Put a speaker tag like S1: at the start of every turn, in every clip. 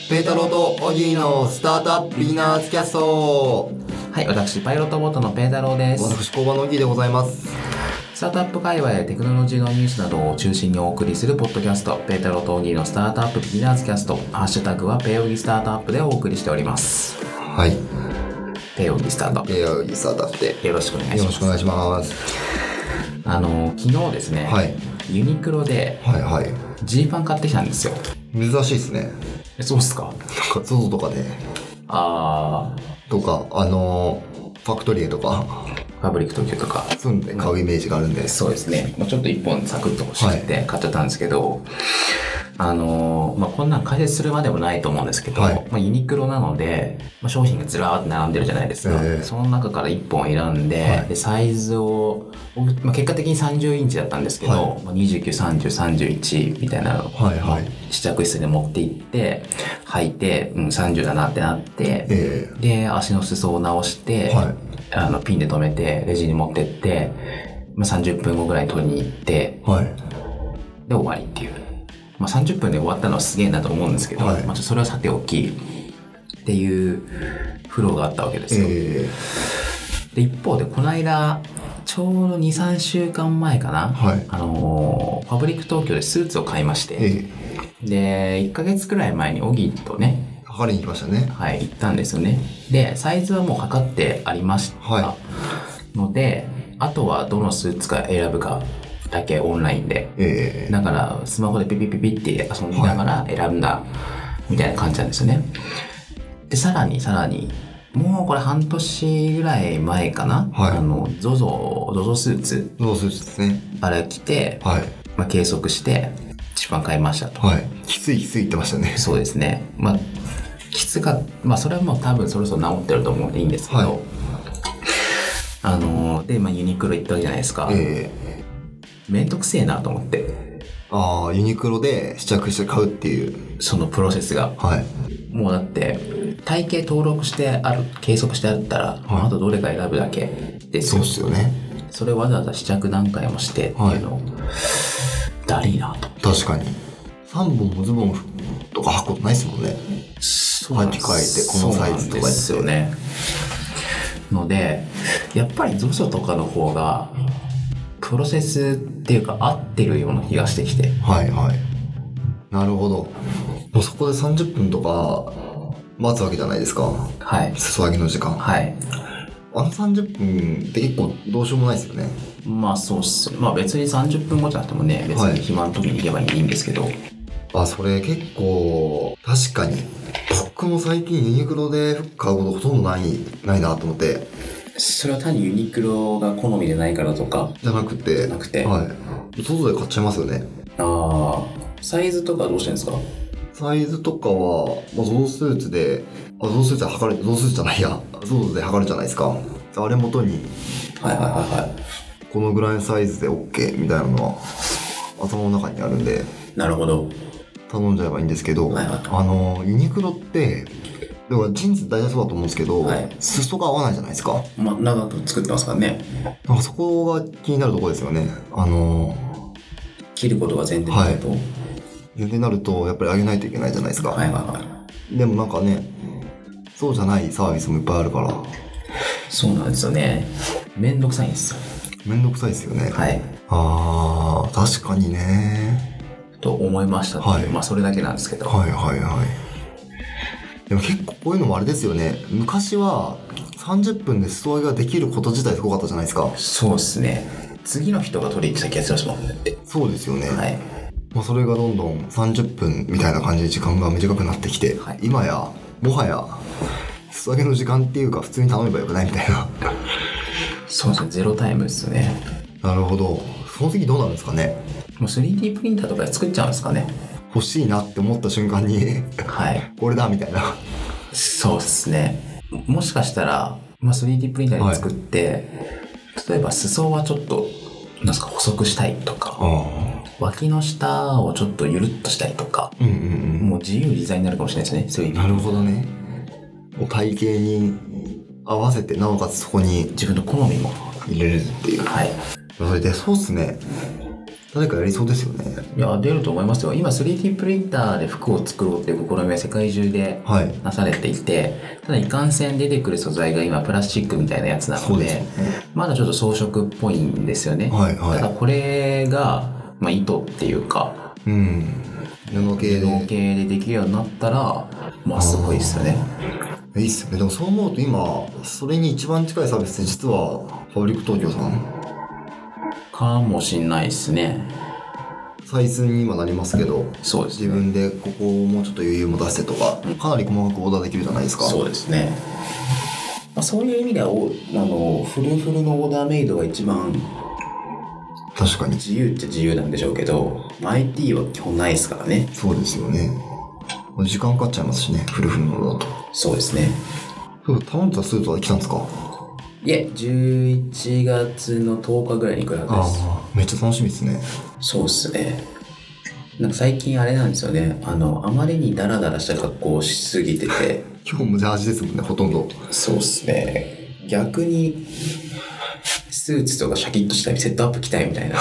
S1: ペータローとオギーのスタートアップビギナーズキャスト。
S2: はい、私パイロットボットのペータローです。
S1: 私工場のオギーでございます。
S2: スタートアップ界隈やテクノロジーのニュースなどを中心にお送りするポッドキャスト、ペータローとオギーのスタートアップビギナーズキャスト、ハッシュタグはペーオギスタートアップでお送りしております。
S1: はい、
S2: ペーオギスタート、
S1: ペーオギスタートアップで
S2: よろしくお願いします。
S1: よろしくお願いします。
S2: 昨日ですね、
S1: はい、
S2: ユニクロでジーパン買ってきたんですよ。
S1: 珍しいですね。
S2: そうっすか。
S1: なんか ZOZO とかでとかファクトリーとか
S2: ファブリック東京とか
S1: そういうので買うイメージがあるんで、
S2: そうですね。ちょっと一本サクッと欲しくて買っちゃったんですけど、こんなん解説するまでもないと思うんですけど、ユニクロなので、商品がずらーって並んでるじゃないですか。その中から1本選んで、でサイズを、結果的に30インチだったんですけど、29、30、31みたいなのを、試着室で持って行って履いて、30だなってなって、で足の裾を直して、ピンで留めてレジに持ってって、30分後ぐらいに取りに行って、で終わりっていう。30分で終わったのはすげえなと思うんですけど、それはさておきっていうフローがあったわけですよ。で一方でこの間ちょうど 2,3 週間前かな、ファブリック東京でスーツを買いまして、で1ヶ月くらい前にオギーとね
S1: 測りに行きましたね。
S2: 行ったんですよね。でサイズはもう測ってありましたので、あとはどのスーツか選ぶかだけオンラインで、だからスマホでピピピピって遊びながら選んだみたいな感じなんですよね。でさらにもうこれ半年ぐらい前かな、ZOZO スーツ
S1: ですね。
S2: あれ着て、計測して一番買いましたと。
S1: きつい言ってましたね。
S2: そうですね。きつかそれはもう多分そろそろ治ってると思うんでいいんですけど、でユニクロ行ったわけじゃないですか。めんどくせえなと思って。
S1: ユニクロで試着して買うっていう
S2: そのプロセスが、もうだって体型登録してある、計測してあったら、あとどれか選ぶだけですよ。
S1: そうですよね。
S2: それをわざわざ試着何回もしてっていうのを、だりーなと。
S1: 確かに3本もズボンとか履くことないですもんね。履き替えてこのサイズとか
S2: ですよね。のでやっぱり ZOZO とかの方がプロセスっていうか合ってるような気がしてきて、
S1: なるほど。もうそこで30分とか待つわけじゃないですか。裾上げの時間。30分って結構どうしようもないですよね。
S2: そうっす。別に30分後じゃなくてもね、別に暇の時に行けばいいんですけど、
S1: それ結構確かに僕も最近ユニクロで服買うことほとんどないなと思って。
S2: それは単にユニクロが好みでないからとか
S1: じゃなくて外で買っちゃいますよね。
S2: サイズとかどうしてるんですか？
S1: サイズとかはZOZOスーツでZOZOスーツで測る、ZOZOスーツじゃないや、ZOZOで測るじゃないですか。あれ元にこのぐらいのサイズで OK みたいなのは頭の中にあるんで、
S2: なるほど、
S1: 頼んじゃえばいいんですけど、ユニクロってだからジーンズ大体そうだと思うんですけど、裾が合わないじゃないですか。
S2: 長く作ってますからね。
S1: そこが気になるところですよね。
S2: 切ることが前提になると、
S1: 前提になるとやっぱり上げないといけないじゃないですか。でもなんかね、そうじゃないサービスもいっぱいあるから。そう
S2: なんですよね。めんどくさいんですよ。
S1: めんどくさいですよね。確かにね
S2: と思いましたっていう、それだけなんですけど。
S1: でも結構こういうのもあれですよね。昔は30分で裾上げができること自体すごかったじゃないですか。
S2: そうですね。次の人が取りに来た気がしますもんね。
S1: そうですよね。それがどんどん30分みたいな感じで時間が短くなってきて、今やもはや裾上げの時間っていうか普通に頼めばよくないみたいな。
S2: そうですね。ゼロタイムですね。
S1: なるほど。その次どうなるんですかね。
S2: もう 3D プリンターとかで作っちゃうんですかね。
S1: 欲しいなって思った瞬間にこれだみたいな。
S2: そうですね。もしかしたら、3D プリンターで作って、例えば裾はちょっと細くしたいとか、脇の下をちょっとゆるっとしたいとか、もう自由自在になるかもしれないですね。
S1: なるほどね。体型に合わせて、なおかつそこに
S2: 自分の好みも
S1: 入れるっていう。それでそうっすね。 誰かやりそうですよね。
S2: いや、出ると思いますよ。今 3D プリンターで服を作ろうっていう試みは世界中でなされていて、ただいかんせん出てくる素材が今プラスチックみたいなやつなので、まだちょっと装飾っぽいんですよね。ただこれが、糸っていうか、布系でできるようになったら、すごいですよね。
S1: いいっすよね。でもそう思うと今、それに一番近いサービスって実はファブリック東京さん
S2: かもしんないですね。
S1: 採寸に今なりますけど、
S2: そうですね、
S1: 自分でここをもうちょっと余裕も出してとか、かなり細かくオーダーできるじゃないですか。
S2: そうですね。そういう意味ではフルフルのオーダーメイドが一番
S1: 確かに
S2: 自由っちゃ自由なんでしょうけど、IT は基本ないですからね。
S1: そうですよね。時間かかっちゃいますしね、フルフルのだと。
S2: そうですね。
S1: 頼んでたスーツは来たんですか？
S2: いえ、11月の10日ぐらいに来るはずです。
S1: めっちゃ楽しみですね。
S2: そうですね。なんか最近あれなんですよね。あまりにダラダラした格好をしすぎてて。
S1: 今日もジャージですもんね、ほとんど。
S2: そうですね。逆に、スーツとかシャキッとしたりセットアップ着たいみたいな。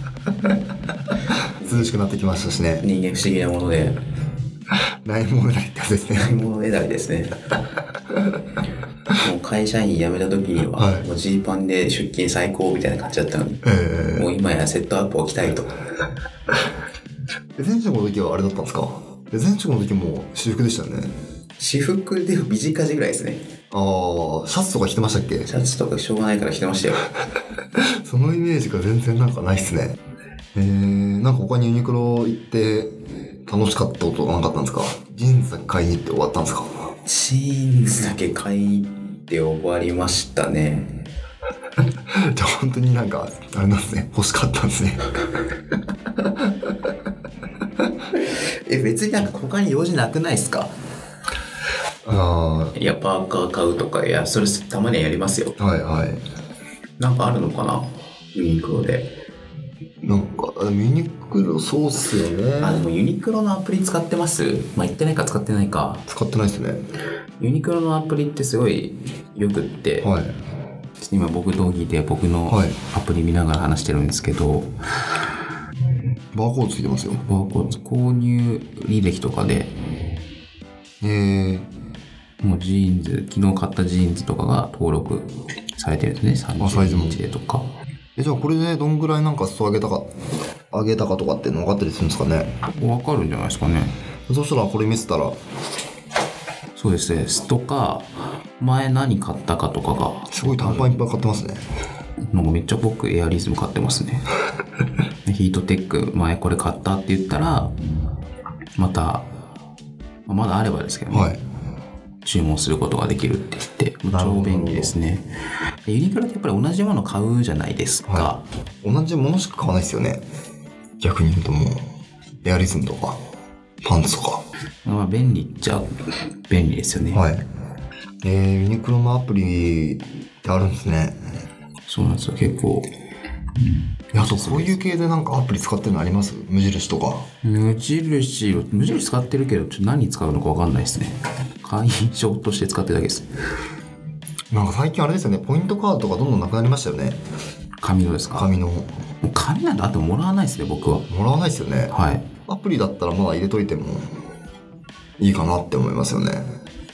S1: 涼しくなってきましたしね。
S2: 人間不思議なもので。
S1: ないものねだりってやつですね。
S2: ないものねだりですね。もう会社員辞めた時には、もうジーパンで出勤最高みたいな感じだったのに、もう今やセットアップを着たいと。
S1: 前職の時はあれだったんですか？前職の時も私服でしたよね。
S2: 私服で短地ぐらいですね。
S1: シャツとか着てましたっけ？
S2: シャツとかしょうがないから着てましたよ。
S1: そのイメージが全然なんかないっすね。なんか他にユニクロ行って楽しかったことがなかったんですか？ジーンズだけ買いに行って終わったんですか？
S2: ジーンズだけ買いに行って終わりましたね。
S1: じゃあ本当になんかあれなんですね、欲しかったんですね。
S2: 別になんか他に用事なくないですか？いや、パーカー買うとか、いや、それたまにはやりますよ。
S1: はいはい。
S2: なんかあるのかな、ユニクロで。
S1: なんかユニクロそうっすよね。
S2: でもユニクロのアプリ使ってます？言ってないか使ってないか。
S1: 使ってないですね。
S2: ユニクロのアプリってすごいよくって、今僕同期で僕のアプリ見ながら話してるんですけど、
S1: バーコードついてますよ。
S2: バーコード購入履歴とかで、もうジーンズ、昨日買ったジーンズとかが登録されてるんですね。30日でとか。
S1: じゃあこれでどんぐらいなんか裾上げたかとかっていうの分かったりするんですかね？
S2: 分かるんじゃないですかね。
S1: そしたらこれ見せたら。
S2: そうですね。とか、前何買ったかとかが。
S1: すごい短パンいっぱい買ってますね。
S2: なんかめっちゃ僕エアリズム買ってますね。ヒートテック前これ買ったって言ったら、まだあればですけどね。注文することができるって言って、超便利ですね。ユニクロってやっぱり同じもの買うじゃないですか。
S1: 同じものしか買わないですよね。逆に言うともう、エアリズムとか、パンツとか。
S2: 便利っちゃ便利ですよね。
S1: ユニクロのアプリってあるんですね。
S2: そうなんですよ、結構。
S1: あとこういう系でなんかアプリ使ってるのあります？無印とか。
S2: 無印使ってるけど、何使うのか分かんないですね。会員証として使ってるだけです。
S1: なんか最近あれですよね、ポイントカードとかどんどんなくなりましたよね。
S2: 紙のですか？
S1: 紙の。
S2: 紙なんてあってもらわないですね、僕は。
S1: もらわないですよね。アプリだったらまだ入れといてもいいかなって思いますよね。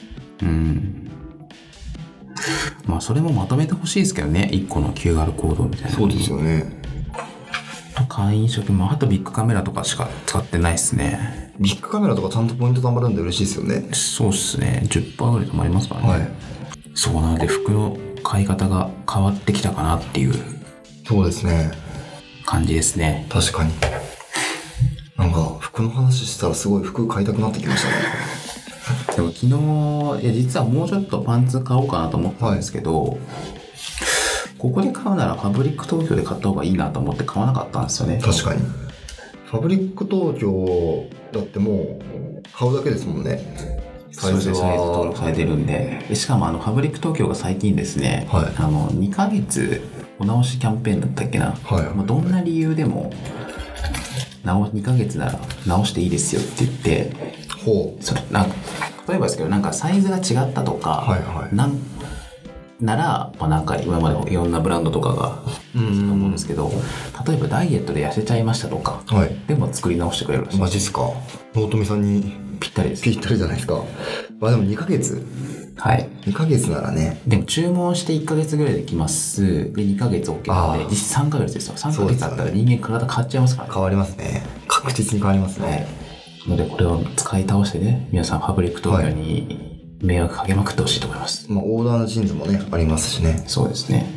S2: それもまとめてほしいですけどね、1個の QR コードみたいな。
S1: そうですよね。
S2: 会員証もあとビッグカメラとかしか使ってないですね。
S1: ビッグカメラとかちゃんとポイント貯まるんで嬉しいですよね。
S2: そうですね。10% ぐらい貯まりますからね。そうなので服の買い方が変わってきたかなっていう。そうですね。感じですね。
S1: 確かに。なんか服の話したらすごい服買いたくなってきましたね。
S2: でも昨日、実はもうちょっとパンツ買おうかなと思ったんですけど、ここで買うならファブリック東京で買った方がいいなと思って買わなかったんですよね。
S1: 確かに。ファブリック東京だってもう買うだけですもんね。
S2: サイズ登録されてるんで。しかもファブリック東京が最近ですね、2ヶ月お直しキャンペーンだったっけな。どんな理由でも2ヶ月なら直していいですよって言って、例えばですけど、なんかサイズが違ったとか、 なら、まあ、なんか今までいろんなブランドとかがあると思うんですけど、例えばダイエットで痩せちゃいましたとか、はい、でも作り直してくれるらしい。
S1: マジっすか。納富さんに
S2: ぴったりです。
S1: ぴったりじゃないですか。まあでも2ヶ月。はい。2ヶ月ならね。
S2: でも注文して1ヶ月ぐらいできます。で、2ヶ月 OK なので、実質3ヶ月ですよ。3ヶ月あったら人間体変わっちゃいますからね。
S1: 変わりますね。確実に変わりますね。はい。
S2: ので、これを使い倒してね、皆さんファブリック東京に迷惑かけまくってほしいと思います。
S1: まあ、オーダーのジーンズもね、ありますしね。
S2: そうですね。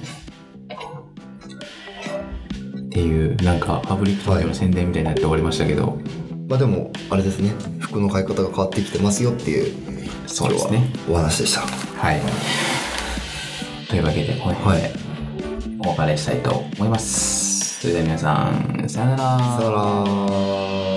S2: っていう、なんか、ファブリック東京の宣伝みたいになって終わりましたけど。
S1: まあでも、あれですね、服の買い方が変わってきてますよっていう、
S2: そうですね。
S1: お話でした。
S2: はい。というわけで、この辺でお別れしたいと思います。それでは皆さん、さよなら。
S1: さよなら。